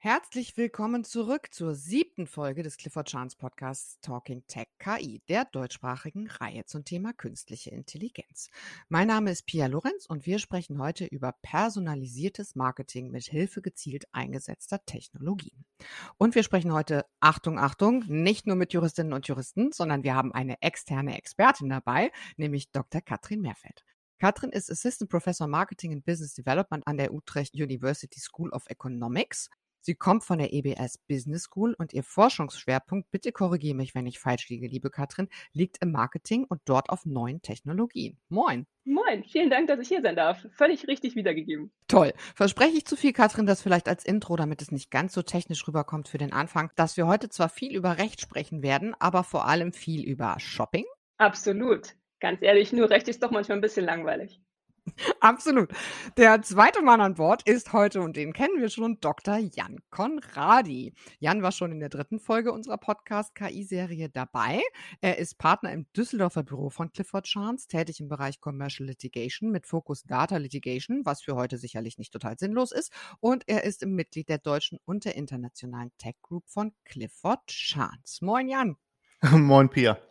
Herzlich willkommen zurück zur 7. Folge des Clifford Chance Podcasts Talking Tech KI, der deutschsprachigen Reihe zum Thema künstliche Intelligenz. Mein Name ist Pia Lorenz und wir sprechen heute über personalisiertes Marketing mit Hilfe gezielt eingesetzter Technologien. Und wir sprechen heute, Achtung, Achtung, nicht nur mit Juristinnen und Juristen, sondern wir haben eine externe Expertin dabei, nämlich Dr. Katrin Mehrfeld. Katrin ist Assistant Professor Marketing and Business Development an der Utrecht University School of Economics. Sie kommt von der EBS Business School und ihr Forschungsschwerpunkt, bitte korrigiere mich, wenn ich falsch liege, liebe Katrin, liegt im Marketing und dort auf neuen Technologien. Moin. Moin, vielen Dank, dass ich hier sein darf. Völlig richtig wiedergegeben. Toll. Verspreche ich zu viel, Katrin, das vielleicht als Intro, damit es nicht ganz so technisch rüberkommt für den Anfang, dass wir heute zwar viel über Recht sprechen werden, aber vor allem viel über Shopping? Absolut. Ganz ehrlich, nur Recht ist doch manchmal ein bisschen langweilig. Absolut. Der zweite Mann an Bord ist heute, und den kennen wir schon, Dr. Jan Conradi. Jan war schon in der 3. Folge unserer Podcast-KI-Serie dabei. Er ist Partner im Düsseldorfer Büro von Clifford Chance, tätig im Bereich Commercial Litigation mit Fokus Data Litigation, was für heute sicherlich nicht total sinnlos ist. Und er ist Mitglied der deutschen und der internationalen Tech Group von Clifford Chance. Moin, Jan. Moin, Pia.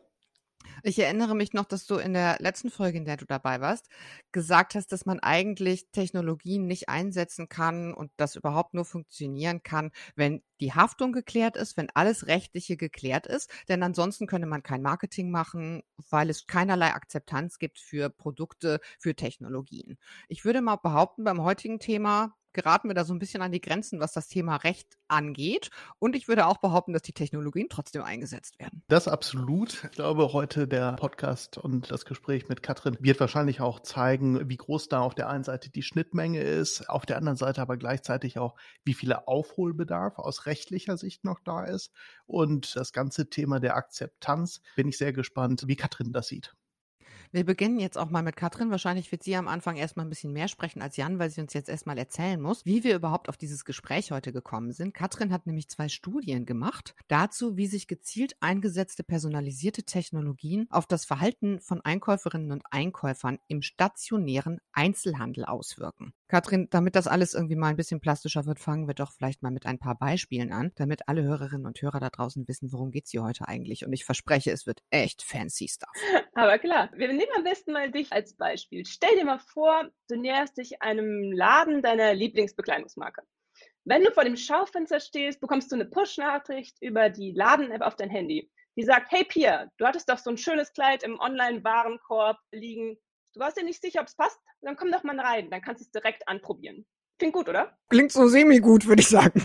Ich erinnere mich noch, dass du in der letzten Folge, in der du dabei warst, gesagt hast, dass man eigentlich Technologien nicht einsetzen kann und das überhaupt nur funktionieren kann, wenn die Haftung geklärt ist, wenn alles Rechtliche geklärt ist. Denn ansonsten könnte man kein Marketing machen, weil es keinerlei Akzeptanz gibt für Produkte, für Technologien. Ich würde mal behaupten, beim heutigen Thema geraten wir da so ein bisschen an die Grenzen, was das Thema Recht angeht. Und ich würde auch behaupten, dass die Technologien trotzdem eingesetzt werden. Das absolut. Ich glaube, heute der Podcast und das Gespräch mit Katrin wird wahrscheinlich auch zeigen, wie groß da auf der einen Seite die Schnittmenge ist, auf der anderen Seite aber gleichzeitig auch, wie viel Aufholbedarf aus rechtlicher Sicht noch da ist. Und das ganze Thema der Akzeptanz, bin ich sehr gespannt, wie Katrin das sieht. Wir beginnen jetzt auch mal mit Katrin. Wahrscheinlich wird sie am Anfang erstmal ein bisschen mehr sprechen als Jan, weil sie uns jetzt erstmal erzählen muss, wie wir überhaupt auf dieses Gespräch heute gekommen sind. Katrin hat nämlich 2 Studien gemacht dazu, wie sich gezielt eingesetzte personalisierte Technologien auf das Verhalten von Einkäuferinnen und Einkäufern im stationären Einzelhandel auswirken. Katrin, damit das alles irgendwie mal ein bisschen plastischer wird, fangen wir doch vielleicht mal mit ein paar Beispielen an, damit alle Hörerinnen und Hörer da draußen wissen, worum geht's hier heute eigentlich. Und ich verspreche, es wird echt fancy Stuff. Aber klar, wir nehmen am besten mal dich als Beispiel. Stell dir mal vor, du näherst dich einem Laden deiner Lieblingsbekleidungsmarke. Wenn du vor dem Schaufenster stehst, bekommst du eine Push-Nachricht über die Laden-App auf dein Handy. Die sagt, hey Pia, du hattest doch so ein schönes Kleid im Online-Warenkorb liegen. Du warst dir nicht sicher, ob es passt? Dann komm doch mal rein, dann kannst du es direkt anprobieren. Klingt gut, oder? Klingt so semi-gut, würde ich sagen.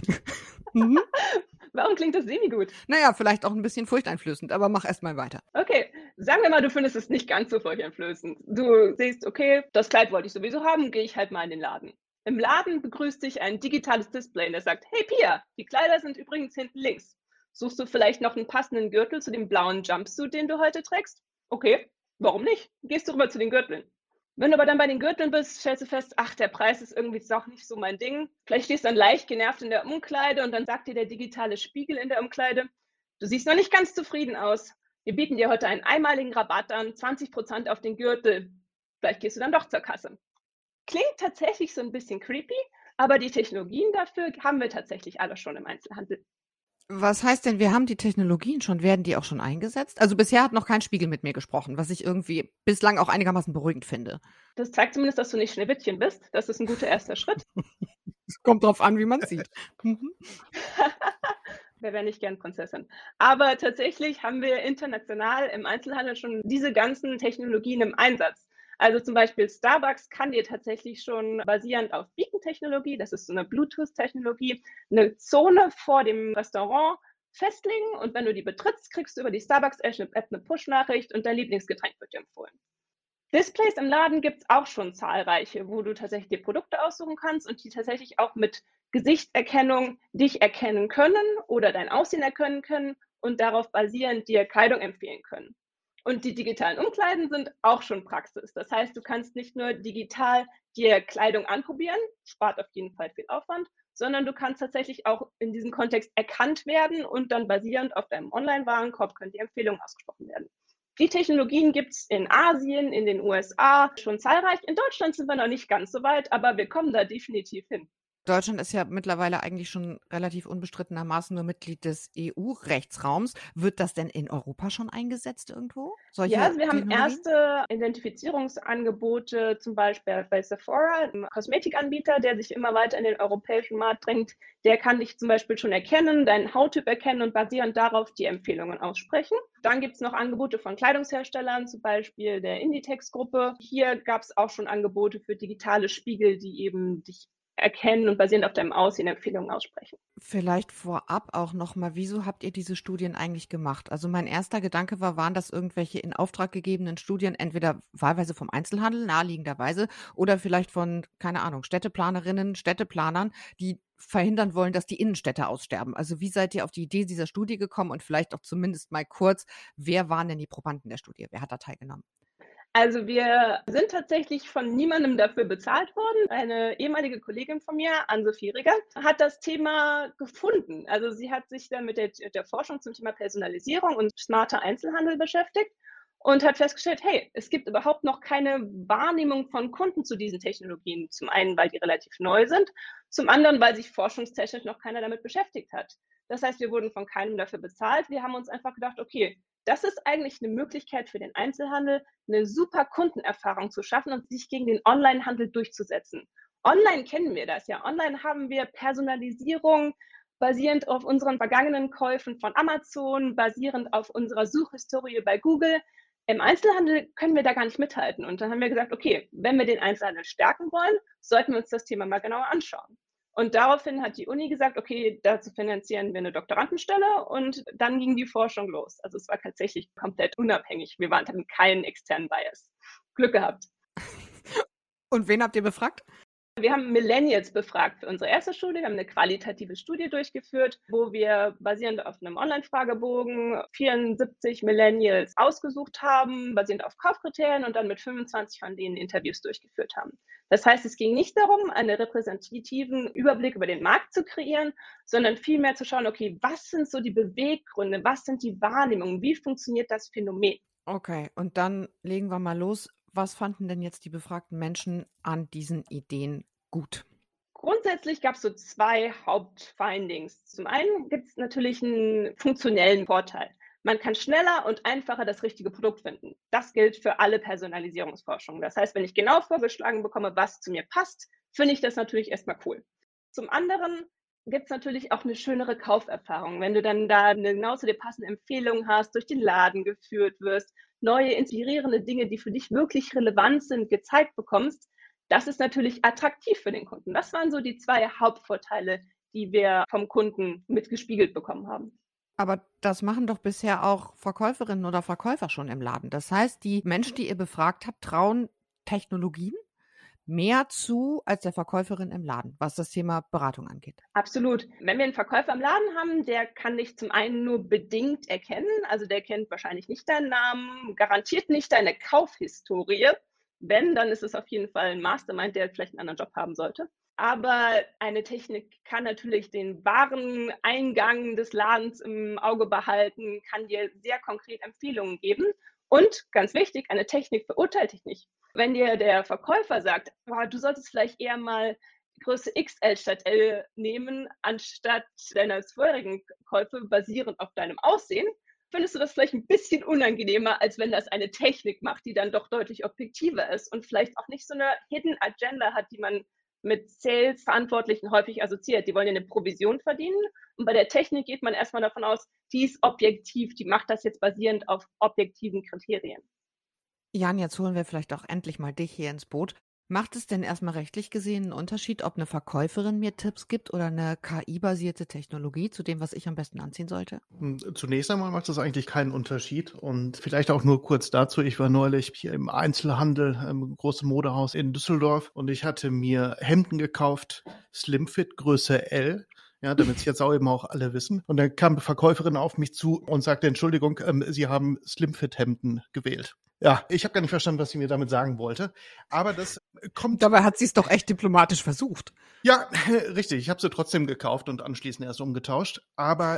Warum klingt das semi-gut? Naja, vielleicht auch ein bisschen furchteinflößend, aber mach erst mal weiter. Okay, sagen wir mal, du findest es nicht ganz so furchteinflößend. Du siehst, okay, das Kleid wollte ich sowieso haben, gehe ich halt mal in den Laden. Im Laden begrüßt dich ein digitales Display und der sagt, hey Pia, die Kleider sind übrigens hinten links. Suchst du vielleicht noch einen passenden Gürtel zu dem blauen Jumpsuit, den du heute trägst? Okay, warum nicht? Gehst du rüber zu den Gürteln. Wenn du aber dann bei den Gürteln bist, stellst du fest, ach, der Preis ist irgendwie auch nicht so mein Ding. Vielleicht stehst du dann leicht genervt in der Umkleide und dann sagt dir der digitale Spiegel in der Umkleide, du siehst noch nicht ganz zufrieden aus. Wir bieten dir heute einen einmaligen Rabatt an, 20% auf den Gürtel. Vielleicht gehst du dann doch zur Kasse. Klingt tatsächlich so ein bisschen creepy, aber die Technologien dafür haben wir tatsächlich alle schon im Einzelhandel. Was heißt denn, wir haben die Technologien schon, werden die auch schon eingesetzt? Also bisher hat noch kein Spiegel mit mir gesprochen, was ich irgendwie bislang auch einigermaßen beruhigend finde. Das zeigt zumindest, dass du nicht Schneewittchen bist. Das ist ein guter erster Schritt. Es kommt drauf an, wie man sieht. Wer wäre nicht gern Prinzessin? Aber tatsächlich haben wir international im Einzelhandel schon diese ganzen Technologien im Einsatz. Also zum Beispiel Starbucks kann dir tatsächlich schon basierend auf Beacon-Technologie, das ist so eine Bluetooth-Technologie, eine Zone vor dem Restaurant festlegen und wenn du die betrittst, kriegst du über die Starbucks-App eine Push-Nachricht und dein Lieblingsgetränk wird dir empfohlen. Displays im Laden gibt es auch schon zahlreiche, wo du tatsächlich dir Produkte aussuchen kannst und die tatsächlich auch mit Gesichtserkennung dich erkennen können oder dein Aussehen erkennen können und darauf basierend dir Kleidung empfehlen können. Und die digitalen Umkleiden sind auch schon Praxis. Das heißt, du kannst nicht nur digital dir Kleidung anprobieren, spart auf jeden Fall viel Aufwand, sondern du kannst tatsächlich auch in diesem Kontext erkannt werden und dann basierend auf deinem Online-Warenkorb können die Empfehlungen ausgesprochen werden. Die Technologien gibt es in Asien, in den USA schon zahlreich. In Deutschland sind wir noch nicht ganz so weit, aber wir kommen da definitiv hin. Deutschland ist ja mittlerweile eigentlich schon relativ unbestrittenermaßen nur Mitglied des EU-Rechtsraums. Wird das denn in Europa schon eingesetzt irgendwo? Ja, Solche also wir haben Technologien? erste Identifizierungsangebote, zum Beispiel bei Sephora, einem Kosmetikanbieter, der sich immer weiter in den europäischen Markt drängt. Der kann dich zum Beispiel schon erkennen, deinen Hauttyp erkennen und basierend darauf die Empfehlungen aussprechen. Dann gibt es noch Angebote von Kleidungsherstellern, zum Beispiel der Inditex-Gruppe. Hier gab es auch schon Angebote für digitale Spiegel, die eben dich erkennen und basierend auf deinem Aussehen Empfehlungen aussprechen. Vielleicht vorab auch nochmal, wieso habt ihr diese Studien eigentlich gemacht? Also mein erster Gedanke war, waren das irgendwelche in Auftrag gegebenen Studien, entweder wahlweise vom Einzelhandel, naheliegenderweise, oder vielleicht von, keine Ahnung, Städteplanerinnen, Städteplanern, die verhindern wollen, dass die Innenstädte aussterben. Also wie seid ihr auf die Idee dieser Studie gekommen und vielleicht auch zumindest mal kurz, wer waren denn die Probanden der Studie? Wer hat da teilgenommen? Also wir sind tatsächlich von niemandem dafür bezahlt worden. Eine ehemalige Kollegin von mir, Ann-Sophie Rigger, hat das Thema gefunden. Also sie hat sich dann mit der Forschung zum Thema Personalisierung und smarter Einzelhandel beschäftigt und hat festgestellt, hey, es gibt überhaupt noch keine Wahrnehmung von Kunden zu diesen Technologien. Zum einen, weil die relativ neu sind, zum anderen, weil sich forschungstechnisch noch keiner damit beschäftigt hat. Das heißt, wir wurden von keinem dafür bezahlt. Wir haben uns einfach gedacht, okay, das ist eigentlich eine Möglichkeit für den Einzelhandel, eine super Kundenerfahrung zu schaffen und sich gegen den Onlinehandel durchzusetzen. Online kennen wir das ja. Online haben wir Personalisierung basierend auf unseren vergangenen Käufen von Amazon, basierend auf unserer Suchhistorie bei Google. Im Einzelhandel können wir da gar nicht mithalten. Und dann haben wir gesagt, okay, wenn wir den Einzelhandel stärken wollen, sollten wir uns das Thema mal genauer anschauen. Und daraufhin hat die Uni gesagt, okay, dazu finanzieren wir eine Doktorandenstelle und dann ging die Forschung los. Also es war tatsächlich komplett unabhängig. Wir hatten keinen externen Bias. Glück gehabt. Und wen habt ihr befragt? Wir haben Millennials befragt für unsere erste Studie. Wir haben eine qualitative Studie durchgeführt, wo wir basierend auf einem Online-Fragebogen 74 Millennials ausgesucht haben, basierend auf Kaufkriterien und dann mit 25 von denen Interviews durchgeführt haben. Das heißt, es ging nicht darum, einen repräsentativen Überblick über den Markt zu kreieren, sondern vielmehr zu schauen, okay, was sind so die Beweggründe, was sind die Wahrnehmungen, wie funktioniert das Phänomen? Okay, und dann legen wir mal los. Was fanden denn jetzt die befragten Menschen an diesen Ideen gut? Grundsätzlich gab es so zwei Hauptfindings. Zum einen gibt es natürlich einen funktionellen Vorteil. Man kann schneller und einfacher das richtige Produkt finden. Das gilt für alle Personalisierungsforschung. Das heißt, wenn ich genau vorgeschlagen bekomme, was zu mir passt, finde ich das natürlich erstmal cool. Zum anderen gibt es natürlich auch eine schönere Kauferfahrung, wenn du dann da eine genau zu dir passende Empfehlung hast, durch den Laden geführt wirst, neue inspirierende Dinge, die für dich wirklich relevant sind, gezeigt bekommst. Das ist natürlich attraktiv für den Kunden. Das waren so die zwei Hauptvorteile, die wir vom Kunden mitgespiegelt bekommen haben. Aber das machen doch bisher auch Verkäuferinnen oder Verkäufer schon im Laden. Das heißt, die Menschen, die ihr befragt habt, trauen Technologien mehr zu als der Verkäuferin im Laden, was das Thema Beratung angeht. Absolut. Wenn wir einen Verkäufer im Laden haben, der kann dich zum einen nur bedingt erkennen. Also der kennt wahrscheinlich nicht deinen Namen, garantiert nicht deine Kaufhistorie. Wenn, dann ist es auf jeden Fall ein Mastermind, der vielleicht einen anderen Job haben sollte. Aber eine Technik kann natürlich den wahren Eingang des Ladens im Auge behalten, kann dir sehr konkret Empfehlungen geben. Und ganz wichtig, eine Technik verurteilt dich nicht. Wenn dir der Verkäufer sagt, oh, du solltest vielleicht eher mal Größe XL statt L nehmen, anstatt deiner vorherigen Käufe basierend auf deinem Aussehen, findest du das vielleicht ein bisschen unangenehmer, als wenn das eine Technik macht, die dann doch deutlich objektiver ist und vielleicht auch nicht so eine Hidden Agenda hat, die man mit Sales-Verantwortlichen häufig assoziiert. Die wollen ja eine Provision verdienen und bei der Technik geht man erstmal davon aus, die ist objektiv, die macht das jetzt basierend auf objektiven Kriterien. Jan, jetzt holen wir vielleicht auch endlich mal dich hier ins Boot. Macht es denn erstmal rechtlich gesehen einen Unterschied, ob eine Verkäuferin mir Tipps gibt oder eine KI-basierte Technologie zu dem, was ich am besten anziehen sollte? Zunächst einmal macht das eigentlich keinen Unterschied und vielleicht auch nur kurz dazu. Ich war neulich hier im Einzelhandel, im großen Modehaus in Düsseldorf und ich hatte mir Hemden gekauft, Slimfit Größe L. Ja, damit es jetzt auch eben auch alle wissen. Und dann kam die Verkäuferin auf mich zu und sagte, Entschuldigung, Sie haben Slimfit-Hemden gewählt. Ja, ich habe gar nicht verstanden, was sie mir damit sagen wollte. Aber das kommt. Dabei hat sie es doch echt diplomatisch versucht. Ja, richtig. Ich habe sie trotzdem gekauft und anschließend erst umgetauscht. Aber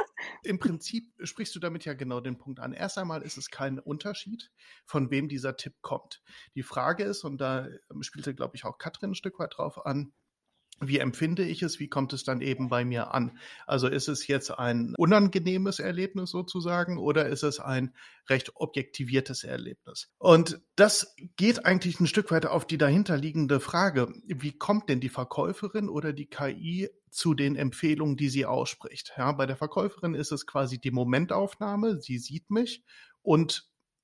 im Prinzip sprichst du damit ja genau den Punkt an. Erst einmal ist es kein Unterschied, von wem dieser Tipp kommt. Die Frage ist, und da spielte, glaube ich, auch Katrin ein Stück weit drauf an, Wie empfinde ich es? Wie kommt es dann eben bei mir an? Also ist es jetzt ein unangenehmes Erlebnis sozusagen oder ist es ein recht objektiviertes Erlebnis? Und das geht eigentlich ein Stück weit auf die dahinterliegende Frage, wie kommt denn die Verkäuferin oder die KI zu den Empfehlungen, die sie ausspricht? Ja, bei der Verkäuferin ist es quasi die Momentaufnahme, sie sieht mich und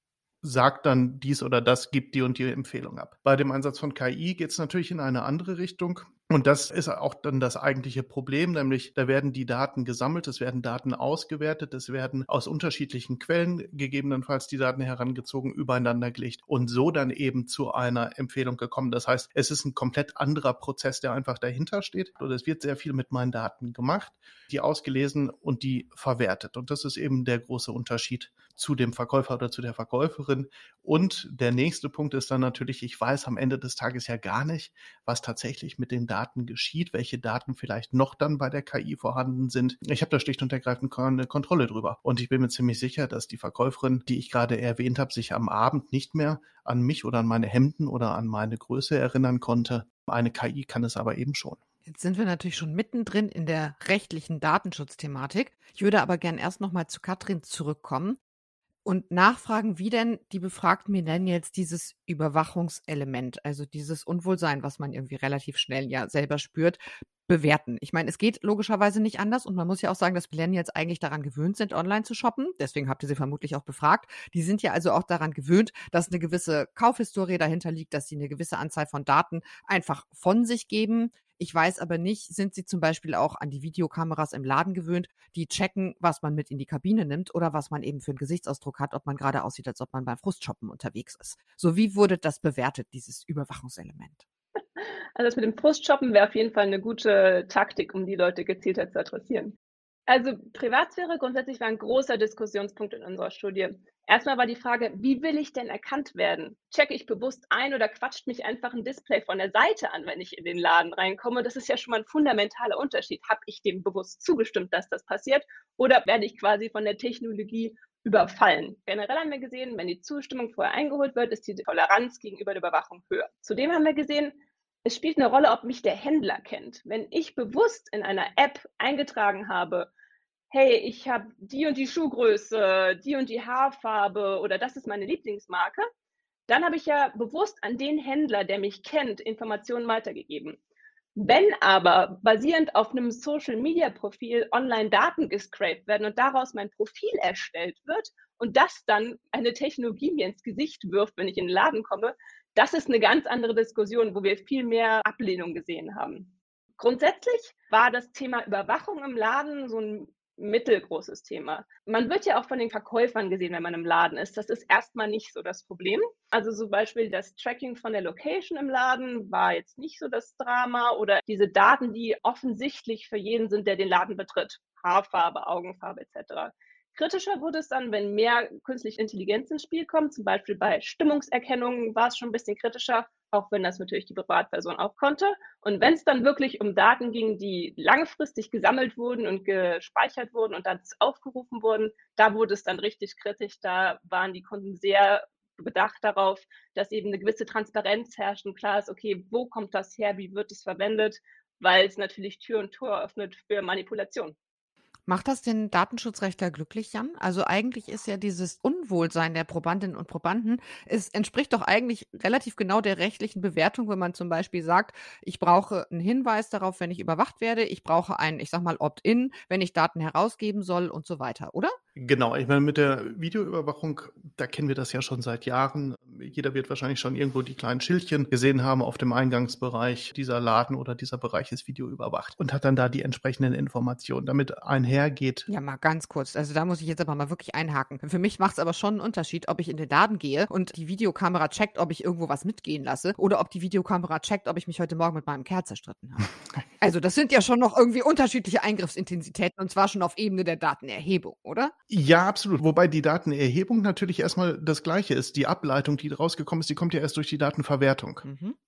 sagt dann dies oder das, gibt die und die Empfehlung ab. Bei dem Einsatz von KI geht es natürlich in eine andere Richtung. Und das ist auch dann das eigentliche Problem, nämlich da werden die Daten gesammelt, es werden Daten ausgewertet, es werden aus unterschiedlichen Quellen gegebenenfalls die Daten herangezogen, übereinander gelegt und so dann eben zu einer Empfehlung gekommen. Das heißt, es ist ein komplett anderer Prozess, der einfach dahinter steht. Und es wird sehr viel mit meinen Daten gemacht, die ausgelesen und die verwertet. Und das ist eben der große Unterschied zu dem Verkäufer oder zu der Verkäuferin. Und der nächste Punkt ist dann natürlich, ich weiß am Ende des Tages ja gar nicht, was tatsächlich mit den Daten geschieht, welche Daten vielleicht noch dann bei der KI vorhanden sind. Ich habe da schlicht und ergreifend keine Kontrolle drüber. Und ich bin mir ziemlich sicher, dass die Verkäuferin, die ich gerade erwähnt habe, sich am Abend nicht mehr an mich oder an meine Hemden oder an meine Größe erinnern konnte. Eine KI kann es aber eben schon. Jetzt sind wir natürlich schon mittendrin in der rechtlichen Datenschutzthematik. Ich würde aber gern erst noch mal zu Katrin zurückkommen und nachfragen, wie denn die befragten Millennials dieses Überwachungselement, also dieses Unwohlsein, was man irgendwie relativ schnell ja selber spürt, bewerten. Ich meine, es geht logischerweise nicht anders und man muss ja auch sagen, dass Millennials eigentlich daran gewöhnt sind, online zu shoppen. Deswegen habt ihr sie vermutlich auch befragt. Die sind ja also auch daran gewöhnt, dass eine gewisse Kaufhistorie dahinter liegt, dass sie eine gewisse Anzahl von Daten einfach von sich geben. Ich weiß aber nicht, sind sie zum Beispiel auch an die Videokameras im Laden gewöhnt, die checken, was man mit in die Kabine nimmt oder was man eben für einen Gesichtsausdruck hat, ob man gerade aussieht, als ob man beim Frustshoppen unterwegs ist. So, wie wurde das bewertet, dieses Überwachungselement? Also das mit dem Frustshoppen wäre auf jeden Fall eine gute Taktik, um die Leute gezielter zu adressieren. Also Privatsphäre grundsätzlich war ein großer Diskussionspunkt in unserer Studie. Erstmal war die Frage, wie will ich denn erkannt werden? Checke ich bewusst ein oder quatscht mich einfach ein Display von der Seite an, wenn ich in den Laden reinkomme? Das ist ja schon mal ein fundamentaler Unterschied. Habe ich dem bewusst zugestimmt, dass das passiert? Oder werde ich quasi von der Technologie überfallen? Generell haben wir gesehen, wenn die Zustimmung vorher eingeholt wird, ist die Toleranz gegenüber der Überwachung höher. Zudem haben wir gesehen, es spielt eine Rolle, ob mich der Händler kennt. Wenn ich bewusst in einer App eingetragen habe, hey, ich habe die und die Schuhgröße, die und die Haarfarbe oder das ist meine Lieblingsmarke, dann habe ich ja bewusst an den Händler, der mich kennt, Informationen weitergegeben. Wenn aber basierend auf einem Social-Media-Profil online Daten gescraped werden und daraus mein Profil erstellt wird und das dann eine Technologie mir ins Gesicht wirft, wenn ich in den Laden komme, das ist eine ganz andere Diskussion, wo wir viel mehr Ablehnung gesehen haben. Grundsätzlich war das Thema Überwachung im Laden so ein mittelgroßes Thema. Man wird ja auch von den Verkäufern gesehen, wenn man im Laden ist. Das ist erstmal nicht so das Problem. Also zum Beispiel das Tracking von der Location im Laden war jetzt nicht so das Drama oder diese Daten, die offensichtlich für jeden sind, der den Laden betritt. Haarfarbe, Augenfarbe etc. Kritischer wurde es dann, wenn mehr künstliche Intelligenz ins Spiel kommt. Zum Beispiel bei Stimmungserkennung war es schon ein bisschen kritischer, auch wenn das natürlich die Privatperson auch konnte. Und wenn es dann wirklich um Daten ging, die langfristig gesammelt wurden und gespeichert wurden und dann aufgerufen wurden, da wurde es dann richtig kritisch. Da waren die Kunden sehr bedacht darauf, dass eben eine gewisse Transparenz herrscht und klar ist, okay, wo kommt das her, wie wird es verwendet, weil es natürlich Tür und Tor öffnet für Manipulation. Macht das den Datenschutzrechtler glücklich, Jan? Also eigentlich ist ja dieses Unwohlsein der Probandinnen und Probanden, es entspricht doch eigentlich relativ genau der rechtlichen Bewertung, wenn man zum Beispiel sagt, ich brauche einen Hinweis darauf, wenn ich überwacht werde, ich brauche ein, ich sag mal, Opt-in, wenn ich Daten herausgeben soll und so weiter, oder? Genau, ich meine, mit der Videoüberwachung, da kennen wir das ja schon seit Jahren. Jeder wird wahrscheinlich schon irgendwo die kleinen Schildchen gesehen haben auf dem Eingangsbereich, dieser Laden oder dieser Bereich ist videoüberwacht und hat dann da die entsprechenden Informationen. Damit einhergeht. Ja, mal ganz kurz. Also da muss ich jetzt aber mal wirklich einhaken. Für mich macht es aber schon einen Unterschied, ob ich in den Laden gehe und die Videokamera checkt, ob ich irgendwo was mitgehen lasse oder ob die Videokamera checkt, ob ich mich heute Morgen mit meinem Kerl zerstritten habe. Also das sind ja schon noch irgendwie unterschiedliche Eingriffsintensitäten und zwar schon auf Ebene der Datenerhebung, oder? Ja, absolut. Wobei die Datenerhebung natürlich erstmal das Gleiche ist. Die Ableitung, die rausgekommen ist, die kommt ja erst durch die Datenverwertung.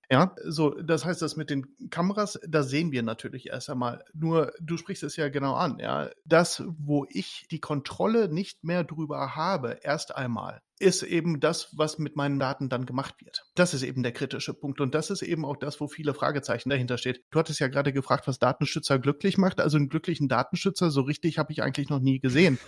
Ja, so, das heißt, das mit den Kameras, das sehen wir natürlich erst einmal. Nur, du sprichst es ja genau an, ja. Das, wo ich die Kontrolle nicht mehr drüber habe, erst einmal, ist eben das, was mit meinen Daten dann gemacht wird. Das ist eben der kritische Punkt. Und das ist eben auch das, wo viele Fragezeichen dahinter steht. Du hattest ja gerade gefragt, was Datenschützer glücklich macht. Also einen glücklichen Datenschützer, so richtig habe ich eigentlich noch nie gesehen.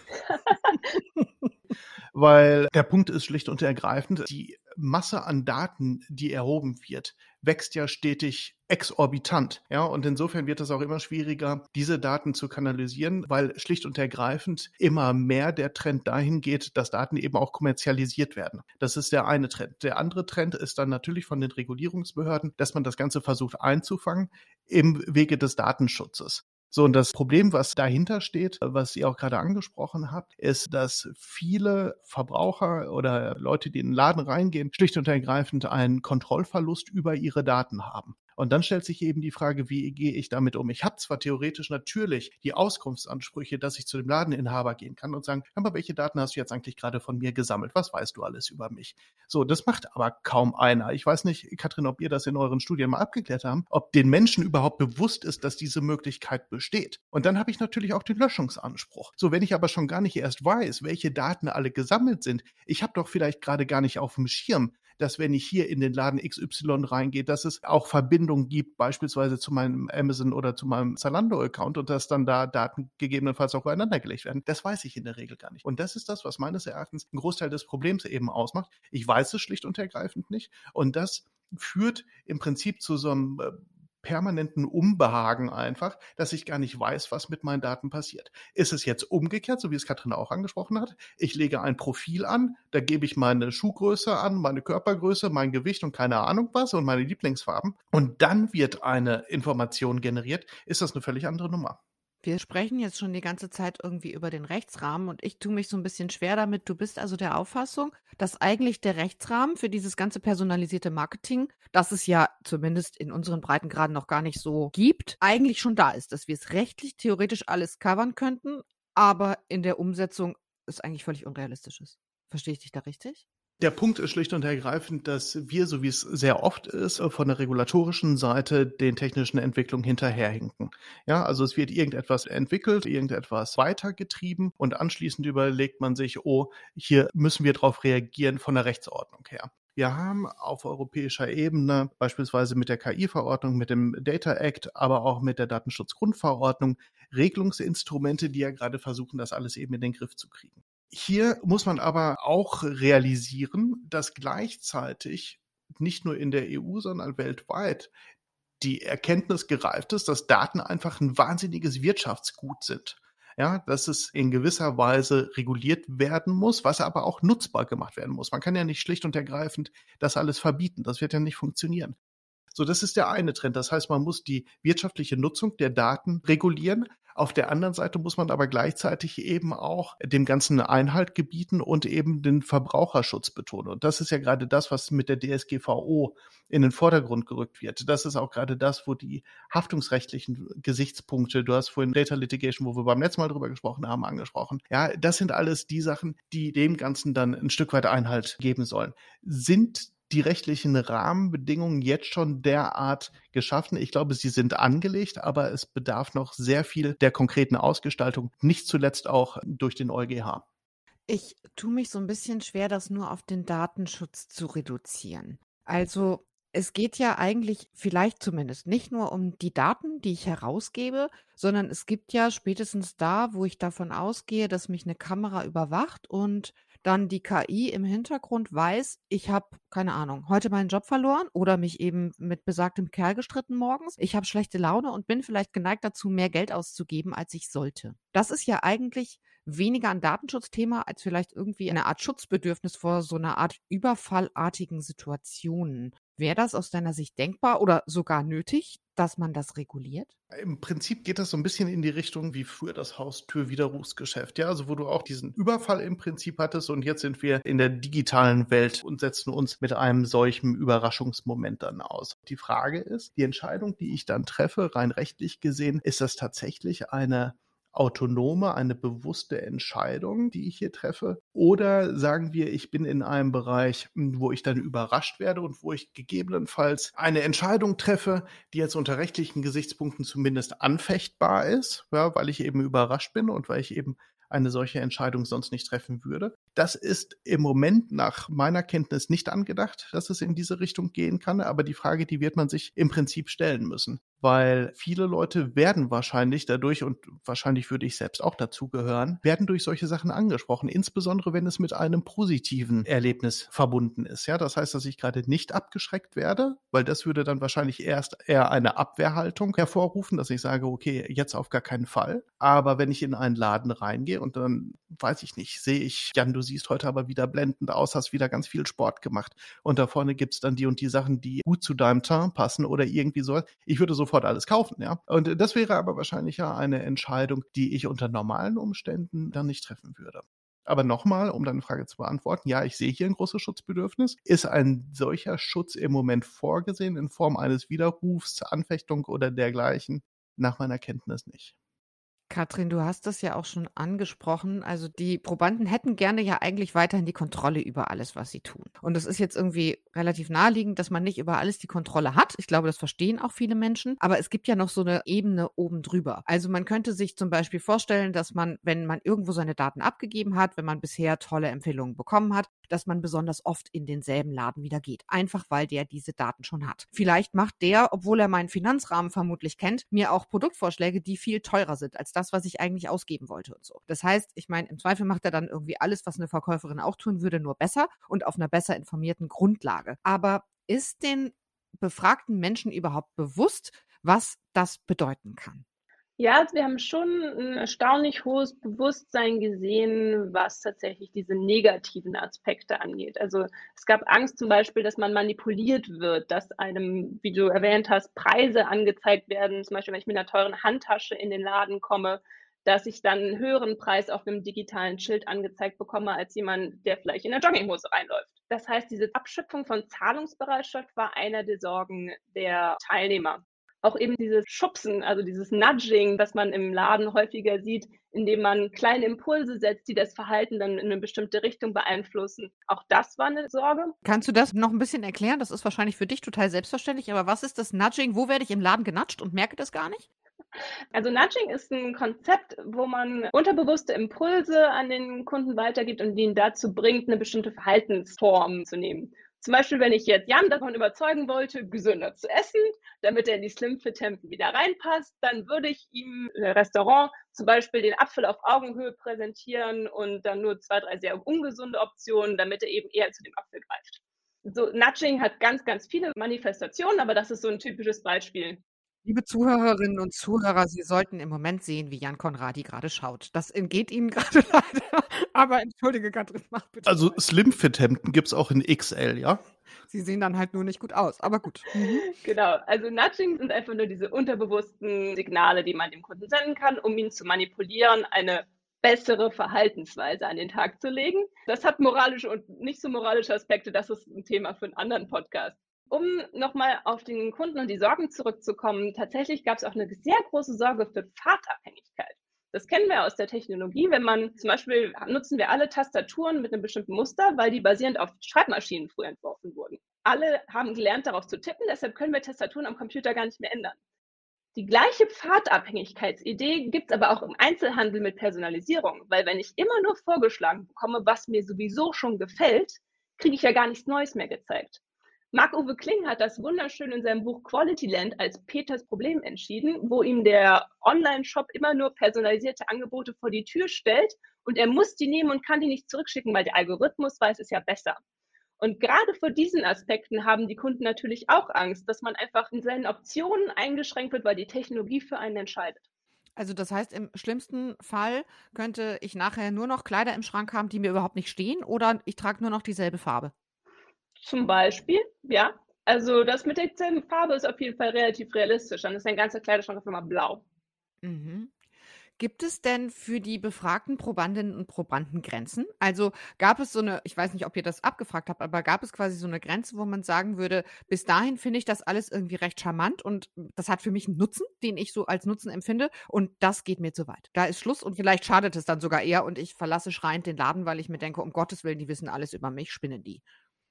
Weil der Punkt ist schlicht und ergreifend, die Masse an Daten, die erhoben wird, wächst ja stetig exorbitant. Ja, und insofern wird es auch immer schwieriger, diese Daten zu kanalisieren, weil schlicht und ergreifend immer mehr der Trend dahin geht, dass Daten eben auch kommerzialisiert werden. Das ist der eine Trend. Der andere Trend ist dann natürlich von den Regulierungsbehörden, dass man das Ganze versucht einzufangen im Wege des Datenschutzes. So, und das Problem, was dahinter steht, was ihr auch gerade angesprochen habt, ist, dass viele Verbraucher oder Leute, die in den Laden reingehen, schlicht und ergreifend einen Kontrollverlust über ihre Daten haben. Und dann stellt sich eben die Frage, wie gehe ich damit um? Ich habe zwar theoretisch natürlich die Auskunftsansprüche, dass ich zu dem Ladeninhaber gehen kann und sagen, aber welche Daten hast du jetzt eigentlich gerade von mir gesammelt? Was weißt du alles über mich? So, das macht aber kaum einer. Ich weiß nicht, Katrin, ob ihr das in euren Studien mal abgeklärt habt, ob den Menschen überhaupt bewusst ist, dass diese Möglichkeit besteht. Und dann habe ich natürlich auch den Löschungsanspruch. So, wenn ich aber schon gar nicht erst weiß, welche Daten alle gesammelt sind, ich habe doch vielleicht gerade gar nicht auf dem Schirm, dass wenn ich hier in den Laden XY reingehe, dass es auch Verbindungen gibt, beispielsweise zu meinem Amazon oder zu meinem Zalando-Account und dass dann da Daten gegebenenfalls auch übereinander gelegt werden. Das weiß ich in der Regel gar nicht. Und das ist das, was meines Erachtens einen Großteil des Problems eben ausmacht. Ich weiß es schlicht und ergreifend nicht. Und das führt im Prinzip zu so einem permanenten Unbehagen einfach, dass ich gar nicht weiß, was mit meinen Daten passiert. Ist es jetzt umgekehrt, so wie es Katrin auch angesprochen hat? Ich lege ein Profil an, da gebe ich meine Schuhgröße an, meine Körpergröße, mein Gewicht und keine Ahnung was und meine Lieblingsfarben und dann wird eine Information generiert. Ist das eine völlig andere Nummer? Wir sprechen jetzt schon die ganze Zeit irgendwie über den Rechtsrahmen und ich tue mich so ein bisschen schwer damit. Du bist also der Auffassung, dass eigentlich der Rechtsrahmen für dieses ganze personalisierte Marketing, das es ja zumindest in unseren Breitengraden noch gar nicht so gibt, eigentlich schon da ist, dass wir es rechtlich theoretisch alles covern könnten, aber in der Umsetzung es eigentlich völlig unrealistisch ist. Verstehe ich dich da richtig? Der Punkt ist schlicht und ergreifend, dass wir, so wie es sehr oft ist, von der regulatorischen Seite den technischen Entwicklungen hinterherhinken. Ja, also es wird irgendetwas entwickelt, irgendetwas weitergetrieben und anschließend überlegt man sich, oh, hier müssen wir darauf reagieren von der Rechtsordnung her. Wir haben auf europäischer Ebene beispielsweise mit der KI-Verordnung, mit dem Data Act, aber auch mit der Datenschutzgrundverordnung Regelungsinstrumente, die ja gerade versuchen, das alles eben in den Griff zu kriegen. Hier muss man aber auch realisieren, dass gleichzeitig nicht nur in der EU, sondern weltweit die Erkenntnis gereift ist, dass Daten einfach ein wahnsinniges Wirtschaftsgut sind. Ja, dass es in gewisser Weise reguliert werden muss, was aber auch nutzbar gemacht werden muss. Man kann ja nicht schlicht und ergreifend das alles verbieten. Das wird ja nicht funktionieren. So, das ist der eine Trend. Das heißt, man muss die wirtschaftliche Nutzung der Daten regulieren. Auf der anderen Seite muss man aber gleichzeitig eben auch dem Ganzen Einhalt gebieten und eben den Verbraucherschutz betonen. Und das ist ja gerade das, was mit der DSGVO in den Vordergrund gerückt wird. Das ist auch gerade das, wo die haftungsrechtlichen Gesichtspunkte, du hast vorhin Data Litigation, wo wir beim letzten Mal drüber gesprochen haben, angesprochen. Ja, das sind alles die Sachen, die dem Ganzen dann ein Stück weit Einhalt geben sollen. Sind die rechtlichen Rahmenbedingungen jetzt schon derart geschaffen? Ich glaube, sie sind angelegt, aber es bedarf noch sehr viel der konkreten Ausgestaltung, nicht zuletzt auch durch den EuGH. Ich tue mich so ein bisschen schwer, das nur auf den Datenschutz zu reduzieren. Also, es geht ja eigentlich vielleicht zumindest nicht nur um die Daten, die ich herausgebe, sondern es gibt ja spätestens da, wo ich davon ausgehe, dass mich eine Kamera überwacht und dann die KI im Hintergrund weiß, ich habe, keine Ahnung, heute meinen Job verloren oder mich eben mit besagtem Kerl gestritten morgens. Ich habe schlechte Laune und bin vielleicht geneigt dazu, mehr Geld auszugeben, als ich sollte. Das ist ja eigentlich weniger ein Datenschutzthema als vielleicht irgendwie eine Art Schutzbedürfnis vor so einer Art überfallartigen Situationen. Wäre das aus deiner Sicht denkbar oder sogar nötig, dass man das reguliert? Im Prinzip geht das so ein bisschen in die Richtung wie früher das Haustür-Widerrufsgeschäft, ja, also wo du auch diesen Überfall im Prinzip hattest und jetzt sind wir in der digitalen Welt und setzen uns mit einem solchen Überraschungsmoment dann aus. Die Frage ist, die Entscheidung, die ich dann treffe, rein rechtlich gesehen, ist das tatsächlich eine autonome, eine bewusste Entscheidung, die ich hier treffe? Oder sagen wir, ich bin in einem Bereich, wo ich dann überrascht werde und wo ich gegebenenfalls eine Entscheidung treffe, die jetzt unter rechtlichen Gesichtspunkten zumindest anfechtbar ist, ja, weil ich eben überrascht bin und weil ich eben eine solche Entscheidung sonst nicht treffen würde. Das ist im Moment nach meiner Kenntnis nicht angedacht, dass es in diese Richtung gehen kann, aber die Frage, die wird man sich im Prinzip stellen müssen, weil viele Leute werden wahrscheinlich dadurch, und wahrscheinlich würde ich selbst auch dazu gehören, werden durch solche Sachen angesprochen, insbesondere wenn es mit einem positiven Erlebnis verbunden ist. Ja, das heißt, dass ich gerade nicht abgeschreckt werde, weil das würde dann wahrscheinlich erst eher eine Abwehrhaltung hervorrufen, dass ich sage, okay, jetzt auf gar keinen Fall. Aber wenn ich in einen Laden reingehe und dann, weiß ich nicht, sehe ich, Jan, du siehst heute aber wieder blendend aus, hast wieder ganz viel Sport gemacht und da vorne gibt's dann die und die Sachen, die gut zu deinem Teint passen oder irgendwie so. Ich würde sofort alles kaufen, ja. Und das wäre aber wahrscheinlich ja eine Entscheidung, die ich unter normalen Umständen dann nicht treffen würde. Aber nochmal, um deine Frage zu beantworten, ja, ich sehe hier ein großes Schutzbedürfnis. Ist ein solcher Schutz im Moment vorgesehen in Form eines Widerrufs, Anfechtung oder dergleichen? Nach meiner Kenntnis nicht. Katrin, du hast das ja auch schon angesprochen. Also die Probanden hätten gerne ja eigentlich weiterhin die Kontrolle über alles, was sie tun. Und es ist jetzt irgendwie relativ naheliegend, dass man nicht über alles die Kontrolle hat. Ich glaube, das verstehen auch viele Menschen. Aber es gibt ja noch so eine Ebene oben drüber. Also man könnte sich zum Beispiel vorstellen, dass man, wenn man irgendwo seine Daten abgegeben hat, wenn man bisher tolle Empfehlungen bekommen hat, dass man besonders oft in denselben Laden wieder geht. Einfach, weil der diese Daten schon hat. Vielleicht macht der, obwohl er meinen Finanzrahmen vermutlich kennt, mir auch Produktvorschläge, die viel teurer sind als das, was ich eigentlich ausgeben wollte und so. Das heißt, ich meine, im Zweifel macht er dann irgendwie alles, was eine Verkäuferin auch tun würde, nur besser und auf einer besser informierten Grundlage. Aber ist den befragten Menschen überhaupt bewusst, was das bedeuten kann? Ja, also wir haben schon ein erstaunlich hohes Bewusstsein gesehen, was tatsächlich diese negativen Aspekte angeht. Also es gab Angst zum Beispiel, dass man manipuliert wird, dass einem, wie du erwähnt hast, Preise angezeigt werden. Zum Beispiel, wenn ich mit einer teuren Handtasche in den Laden komme, dass ich dann einen höheren Preis auf einem digitalen Schild angezeigt bekomme, als jemand, der vielleicht in der Jogginghose reinläuft. Das heißt, diese Abschöpfung von Zahlungsbereitschaft war einer der Sorgen der Teilnehmer. Auch eben dieses Schubsen, also dieses Nudging, was man im Laden häufiger sieht, indem man kleine Impulse setzt, die das Verhalten dann in eine bestimmte Richtung beeinflussen. Auch das war eine Sorge. Kannst du das noch ein bisschen erklären? Das ist wahrscheinlich für dich total selbstverständlich, aber was ist das Nudging? Wo werde ich im Laden genatscht und merke das gar nicht? Also Nudging ist ein Konzept, wo man unterbewusste Impulse an den Kunden weitergibt und ihn dazu bringt, eine bestimmte Verhaltensform zu nehmen. Zum Beispiel, wenn ich jetzt Jan davon überzeugen wollte, gesünder zu essen, damit er in die Slim Fit Hemden wieder reinpasst, dann würde ich ihm im Restaurant zum Beispiel den Apfel auf Augenhöhe präsentieren und dann nur 2, 3 sehr ungesunde Optionen, damit er eben eher zu dem Apfel greift. So, Nudging hat ganz, ganz viele Manifestationen, aber das ist so ein typisches Beispiel. Liebe Zuhörerinnen und Zuhörer, Sie sollten im Moment sehen, wie Jan Conradi gerade schaut. Das entgeht Ihnen gerade leider. Aber entschuldige, Katrin, mach bitte Also weiter. Slim-Fit-Hemden gibt's auch in XL, ja? Sie sehen dann halt nur nicht gut aus, aber gut. Genau, also Nudging sind einfach nur diese unterbewussten Signale, die man dem Kunden senden kann, um ihn zu manipulieren, eine bessere Verhaltensweise an den Tag zu legen. Das hat moralische und nicht so moralische Aspekte, das ist ein Thema für einen anderen Podcast. Um nochmal auf den Kunden und die Sorgen zurückzukommen, tatsächlich gab es auch eine sehr große Sorge für Pfadabhängigkeit. Das kennen wir aus der Technologie. Wenn man zum Beispiel nutzen wir alle Tastaturen mit einem bestimmten Muster, weil die basierend auf Schreibmaschinen früher entworfen wurden. Alle haben gelernt, darauf zu tippen, deshalb können wir Tastaturen am Computer gar nicht mehr ändern. Die gleiche Pfadabhängigkeitsidee gibt es aber auch im Einzelhandel mit Personalisierung, weil wenn ich immer nur vorgeschlagen bekomme, was mir sowieso schon gefällt, kriege ich ja gar nichts Neues mehr gezeigt. Marc-Uwe Kling hat das wunderschön in seinem Buch Quality Land als Peters Problem entschieden, wo ihm der Online-Shop immer nur personalisierte Angebote vor die Tür stellt und er muss die nehmen und kann die nicht zurückschicken, weil der Algorithmus weiß es ja besser. Und gerade vor diesen Aspekten haben die Kunden natürlich auch Angst, dass man einfach in seinen Optionen eingeschränkt wird, weil die Technologie für einen entscheidet. Also das heißt, im schlimmsten Fall könnte ich nachher nur noch Kleider im Schrank haben, die mir überhaupt nicht stehen, oder ich trage nur noch dieselbe Farbe. Zum Beispiel, ja. Also das mit derselben Farbe ist auf jeden Fall relativ realistisch. Dann ist dein ganzer Kleiderschrank auf einmal blau. Mhm. Gibt es denn für die befragten Probandinnen und Probanden Grenzen? Also gab es so eine, ich weiß nicht, ob ihr das abgefragt habt, aber gab es quasi so eine Grenze, wo man sagen würde, bis dahin finde ich das alles irgendwie recht charmant und das hat für mich einen Nutzen, den ich so als Nutzen empfinde und das geht mir zu weit. Da ist Schluss und vielleicht schadet es dann sogar eher und ich verlasse schreiend den Laden, weil ich mir denke, um Gottes Willen, die wissen alles über mich, spinnen die.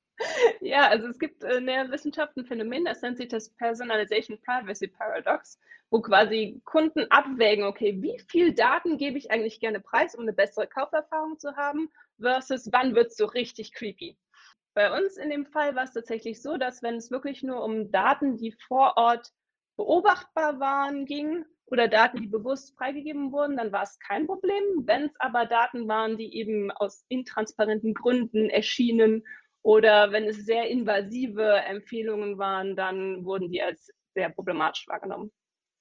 Ja, also es gibt in der Wissenschaft ein Phänomen, das nennt sich das Personalization Privacy Paradox, wo quasi Kunden abwägen, okay, wie viel Daten gebe ich eigentlich gerne preis, um eine bessere Kauferfahrung zu haben, versus wann wird es so richtig creepy. Bei uns in dem Fall war es tatsächlich so, dass wenn es wirklich nur um Daten, die vor Ort beobachtbar waren, ging oder Daten, die bewusst freigegeben wurden, dann war es kein Problem. Wenn es aber Daten waren, die eben aus intransparenten Gründen erschienen oder wenn es sehr invasive Empfehlungen waren, dann wurden die als sehr problematisch wahrgenommen.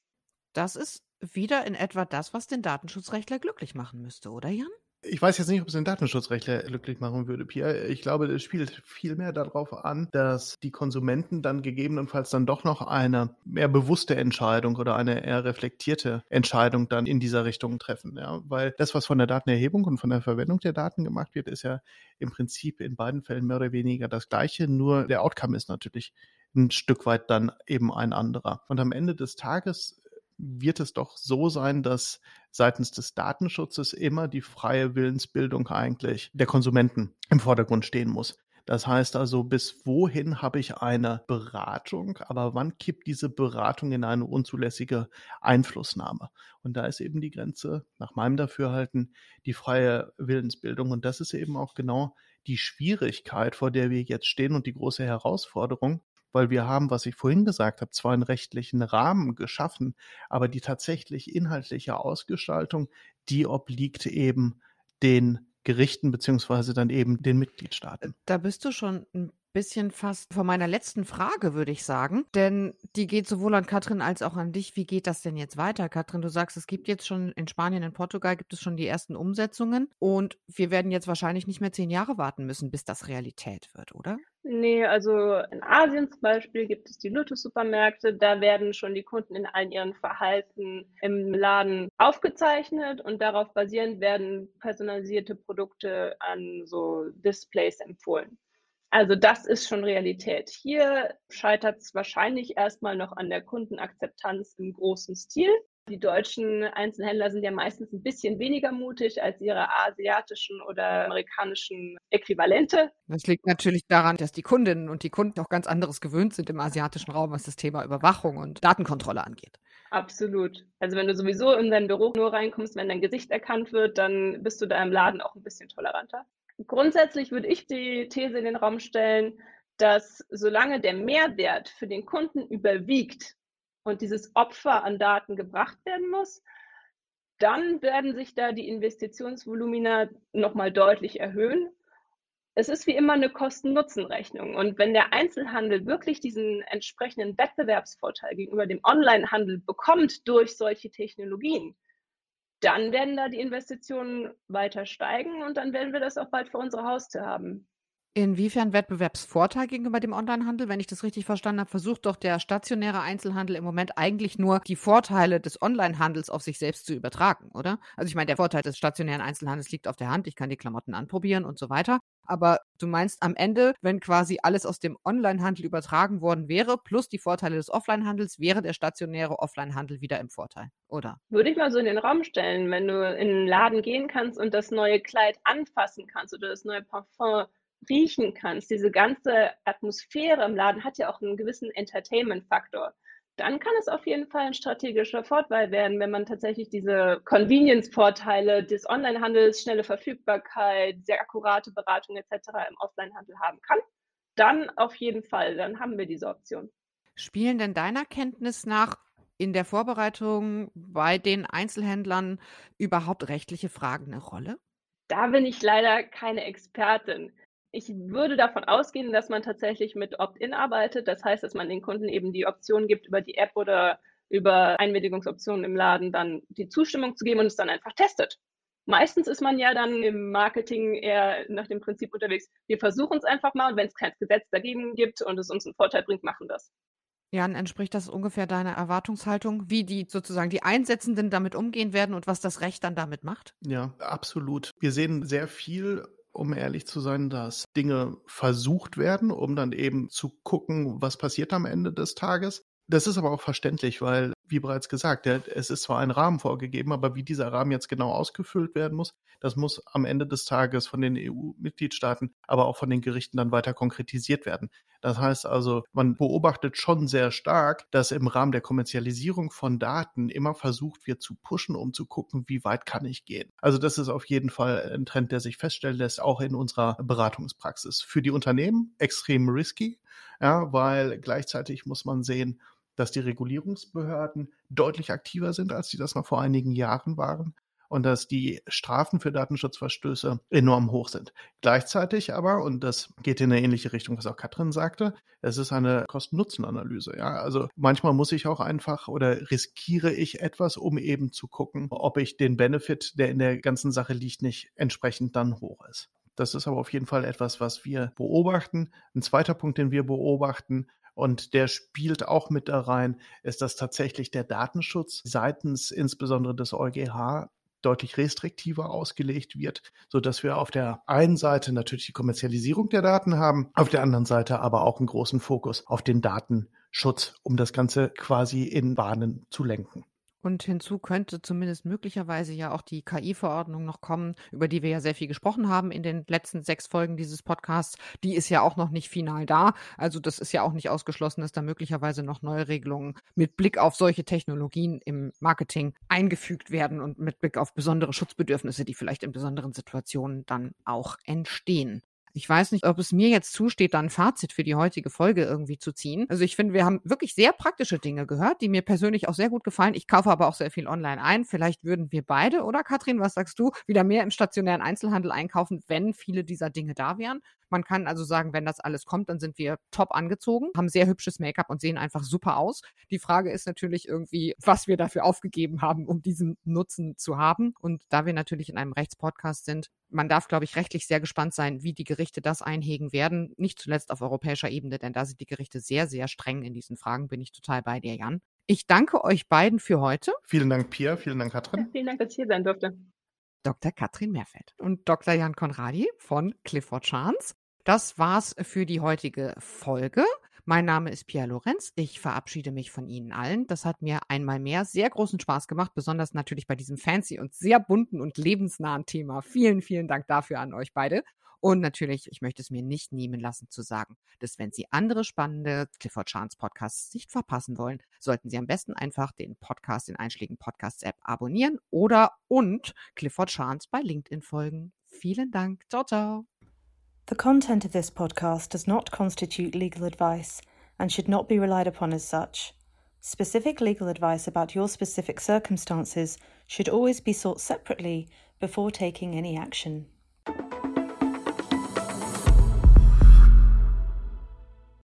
Das ist wieder in etwa das, was den Datenschutzrechtler glücklich machen müsste, oder Jan? Ich weiß jetzt nicht, ob es den Datenschutzrechtler glücklich machen würde, Pia. Ich glaube, es spielt viel mehr darauf an, dass die Konsumenten dann gegebenenfalls dann doch noch eine mehr bewusste Entscheidung oder eine eher reflektierte Entscheidung dann in dieser Richtung treffen. Ja? Weil das, was von der Datenerhebung und von der Verwendung der Daten gemacht wird, ist ja im Prinzip in beiden Fällen mehr oder weniger das Gleiche, nur der Outcome ist natürlich ein Stück weit dann eben ein anderer. Und am Ende des Tages wird es doch so sein, dass seitens des Datenschutzes immer die freie Willensbildung eigentlich der Konsumenten im Vordergrund stehen muss. Das heißt also, bis wohin habe ich eine Beratung, aber wann kippt diese Beratung in eine unzulässige Einflussnahme? Und da ist eben die Grenze, nach meinem Dafürhalten, die freie Willensbildung. Und das ist eben auch genau die Schwierigkeit, vor der wir jetzt stehen und die große Herausforderung, weil wir haben, was ich vorhin gesagt habe, zwar einen rechtlichen Rahmen geschaffen, aber die tatsächlich inhaltliche Ausgestaltung, die obliegt eben den Gerichten beziehungsweise dann eben den Mitgliedstaaten. Da bist du schon ein bisschen fast vor meiner letzten Frage, würde ich sagen. Denn die geht sowohl an Katrin als auch an dich. Wie geht das denn jetzt weiter, Katrin? Du sagst, es gibt jetzt schon in Spanien, in Portugal gibt es schon die ersten Umsetzungen. Und wir werden jetzt wahrscheinlich nicht mehr 10 Jahre warten müssen, bis das Realität wird, oder? Nee, also in Asien zum Beispiel gibt es die Lotus-Supermärkte. Da werden schon die Kunden in all ihren Verhalten im Laden aufgezeichnet und darauf basierend werden personalisierte Produkte an so Displays empfohlen. Also das ist schon Realität. Hier scheitert es wahrscheinlich erstmal noch an der Kundenakzeptanz im großen Stil. Die deutschen Einzelhändler sind ja meistens ein bisschen weniger mutig als ihre asiatischen oder amerikanischen Äquivalente. Das liegt natürlich daran, dass die Kundinnen und die Kunden auch ganz anderes gewöhnt sind im asiatischen Raum, was das Thema Überwachung und Datenkontrolle angeht. Absolut. Also wenn du sowieso in dein Büro nur reinkommst, wenn dein Gesicht erkannt wird, dann bist du da im Laden auch ein bisschen toleranter. Grundsätzlich würde ich die These in den Raum stellen, dass solange der Mehrwert für den Kunden überwiegt und dieses Opfer an Daten gebracht werden muss, dann werden sich da die Investitionsvolumina nochmal deutlich erhöhen. Es ist wie immer eine Kosten-Nutzen-Rechnung. Und wenn der Einzelhandel wirklich diesen entsprechenden Wettbewerbsvorteil gegenüber dem Onlinehandel bekommt durch solche Technologien, dann werden da die Investitionen weiter steigen und dann werden wir das auch bald vor unserer Haustür haben. Inwiefern Wettbewerbsvorteil gegenüber dem Onlinehandel? Wenn ich das richtig verstanden habe, versucht doch der stationäre Einzelhandel im Moment eigentlich nur die Vorteile des Onlinehandels auf sich selbst zu übertragen, oder? Also ich meine, der Vorteil des stationären Einzelhandels liegt auf der Hand. Ich kann die Klamotten anprobieren und so weiter. Aber du meinst am Ende, wenn quasi alles aus dem Onlinehandel übertragen worden wäre, plus die Vorteile des Offlinehandels, wäre der stationäre Offlinehandel wieder im Vorteil, oder? Würde ich mal so in den Raum stellen, wenn du in einen Laden gehen kannst und das neue Kleid anfassen kannst oder das neue Parfum riechen kannst, diese ganze Atmosphäre im Laden hat ja auch einen gewissen Entertainment-Faktor. Dann kann es auf jeden Fall ein strategischer Vorteil werden, wenn man tatsächlich diese Convenience-Vorteile des Onlinehandels, schnelle Verfügbarkeit, sehr akkurate Beratung etc. im Offlinehandel haben kann. Dann auf jeden Fall, dann haben wir diese Option. Spielen denn deiner Kenntnis nach in der Vorbereitung bei den Einzelhändlern überhaupt rechtliche Fragen eine Rolle? Da bin ich leider keine Expertin. Ich würde davon ausgehen, dass man tatsächlich mit Opt-in arbeitet. Das heißt, dass man den Kunden eben die Option gibt, über die App oder über Einwilligungsoptionen im Laden dann die Zustimmung zu geben und es dann einfach testet. Meistens ist man ja dann im Marketing eher nach dem Prinzip unterwegs, wir versuchen es einfach mal und wenn es kein Gesetz dagegen gibt und es uns einen Vorteil bringt, machen wir es. Jan, entspricht das ungefähr deiner Erwartungshaltung, wie die sozusagen die Einsetzenden damit umgehen werden und was das Recht dann damit macht? Ja, absolut. Wir sehen sehr viel, um ehrlich zu sein, dass Dinge versucht werden, um dann eben zu gucken, was passiert am Ende des Tages. Das ist aber auch verständlich, weil, wie bereits gesagt, es ist zwar ein Rahmen vorgegeben, aber wie dieser Rahmen jetzt genau ausgefüllt werden muss, das muss am Ende des Tages von den EU-Mitgliedstaaten, aber auch von den Gerichten dann weiter konkretisiert werden. Das heißt also, man beobachtet schon sehr stark, dass im Rahmen der Kommerzialisierung von Daten immer versucht wird zu pushen, um zu gucken, wie weit kann ich gehen. Also das ist auf jeden Fall ein Trend, der sich feststellen lässt, auch in unserer Beratungspraxis. Für die Unternehmen extrem risky, ja, weil gleichzeitig muss man sehen, dass die Regulierungsbehörden deutlich aktiver sind, als die das noch vor einigen Jahren waren und dass die Strafen für Datenschutzverstöße enorm hoch sind. Gleichzeitig aber, und das geht in eine ähnliche Richtung, was auch Katrin sagte, es ist eine Kosten-Nutzen-Analyse. Ja? Also manchmal muss ich auch einfach oder riskiere ich etwas, um eben zu gucken, ob ich den Benefit, der in der ganzen Sache liegt, nicht entsprechend dann hoch ist. Das ist aber auf jeden Fall etwas, was wir beobachten. Ein zweiter Punkt, den wir beobachten, und der spielt auch mit da rein, ist, dass tatsächlich der Datenschutz seitens insbesondere des EuGH deutlich restriktiver ausgelegt wird, sodass wir auf der einen Seite natürlich die Kommerzialisierung der Daten haben, auf der anderen Seite aber auch einen großen Fokus auf den Datenschutz, um das Ganze quasi in Bahnen zu lenken. Und hinzu könnte zumindest möglicherweise ja auch die KI-Verordnung noch kommen, über die wir ja sehr viel gesprochen haben in den letzten 6 Folgen dieses Podcasts. Die ist ja auch noch nicht final da. Also das ist ja auch nicht ausgeschlossen, dass da möglicherweise noch neue Regelungen mit Blick auf solche Technologien im Marketing eingefügt werden und mit Blick auf besondere Schutzbedürfnisse, die vielleicht in besonderen Situationen dann auch entstehen. Ich weiß nicht, ob es mir jetzt zusteht, da ein Fazit für die heutige Folge irgendwie zu ziehen. Also ich finde, wir haben wirklich sehr praktische Dinge gehört, die mir persönlich auch sehr gut gefallen. Ich kaufe aber auch sehr viel online ein. Vielleicht würden wir beide, oder Katrin, was sagst du, wieder mehr im stationären Einzelhandel einkaufen, wenn viele dieser Dinge da wären. Man kann also sagen, wenn das alles kommt, dann sind wir top angezogen, haben sehr hübsches Make-up und sehen einfach super aus. Die Frage ist natürlich irgendwie, was wir dafür aufgegeben haben, um diesen Nutzen zu haben. Und da wir natürlich in einem Rechtspodcast sind, man darf, glaube ich, rechtlich sehr gespannt sein, wie die Gerichte das einhegen werden. Nicht zuletzt auf europäischer Ebene, denn da sind die Gerichte sehr, sehr streng in diesen Fragen. Bin ich total bei dir, Jan. Ich danke euch beiden für heute. Vielen Dank, Pia. Vielen Dank, Katrin. Ja, vielen Dank, dass ich hier sein durfte. Dr. Katrin Mehrfeld und Dr. Jan Conradi von Clifford Chance. Das war's für die heutige Folge. Mein Name ist Pia Lorenz. Ich verabschiede mich von Ihnen allen. Das hat mir einmal mehr sehr großen Spaß gemacht, besonders natürlich bei diesem fancy und sehr bunten und lebensnahen Thema. Vielen, vielen Dank dafür an euch beide. Und natürlich, ich möchte es mir nicht nehmen lassen zu sagen, dass wenn Sie andere spannende Clifford Chance Podcasts nicht verpassen wollen, sollten Sie am besten einfach den Podcast in einschlägigen Podcasts-App abonnieren oder und Clifford Chance bei LinkedIn folgen. Vielen Dank. Ciao, ciao. The content of this podcast does not constitute legal advice and should not be relied upon as such. Specific legal advice about your specific circumstances should always be sought separately before taking any action.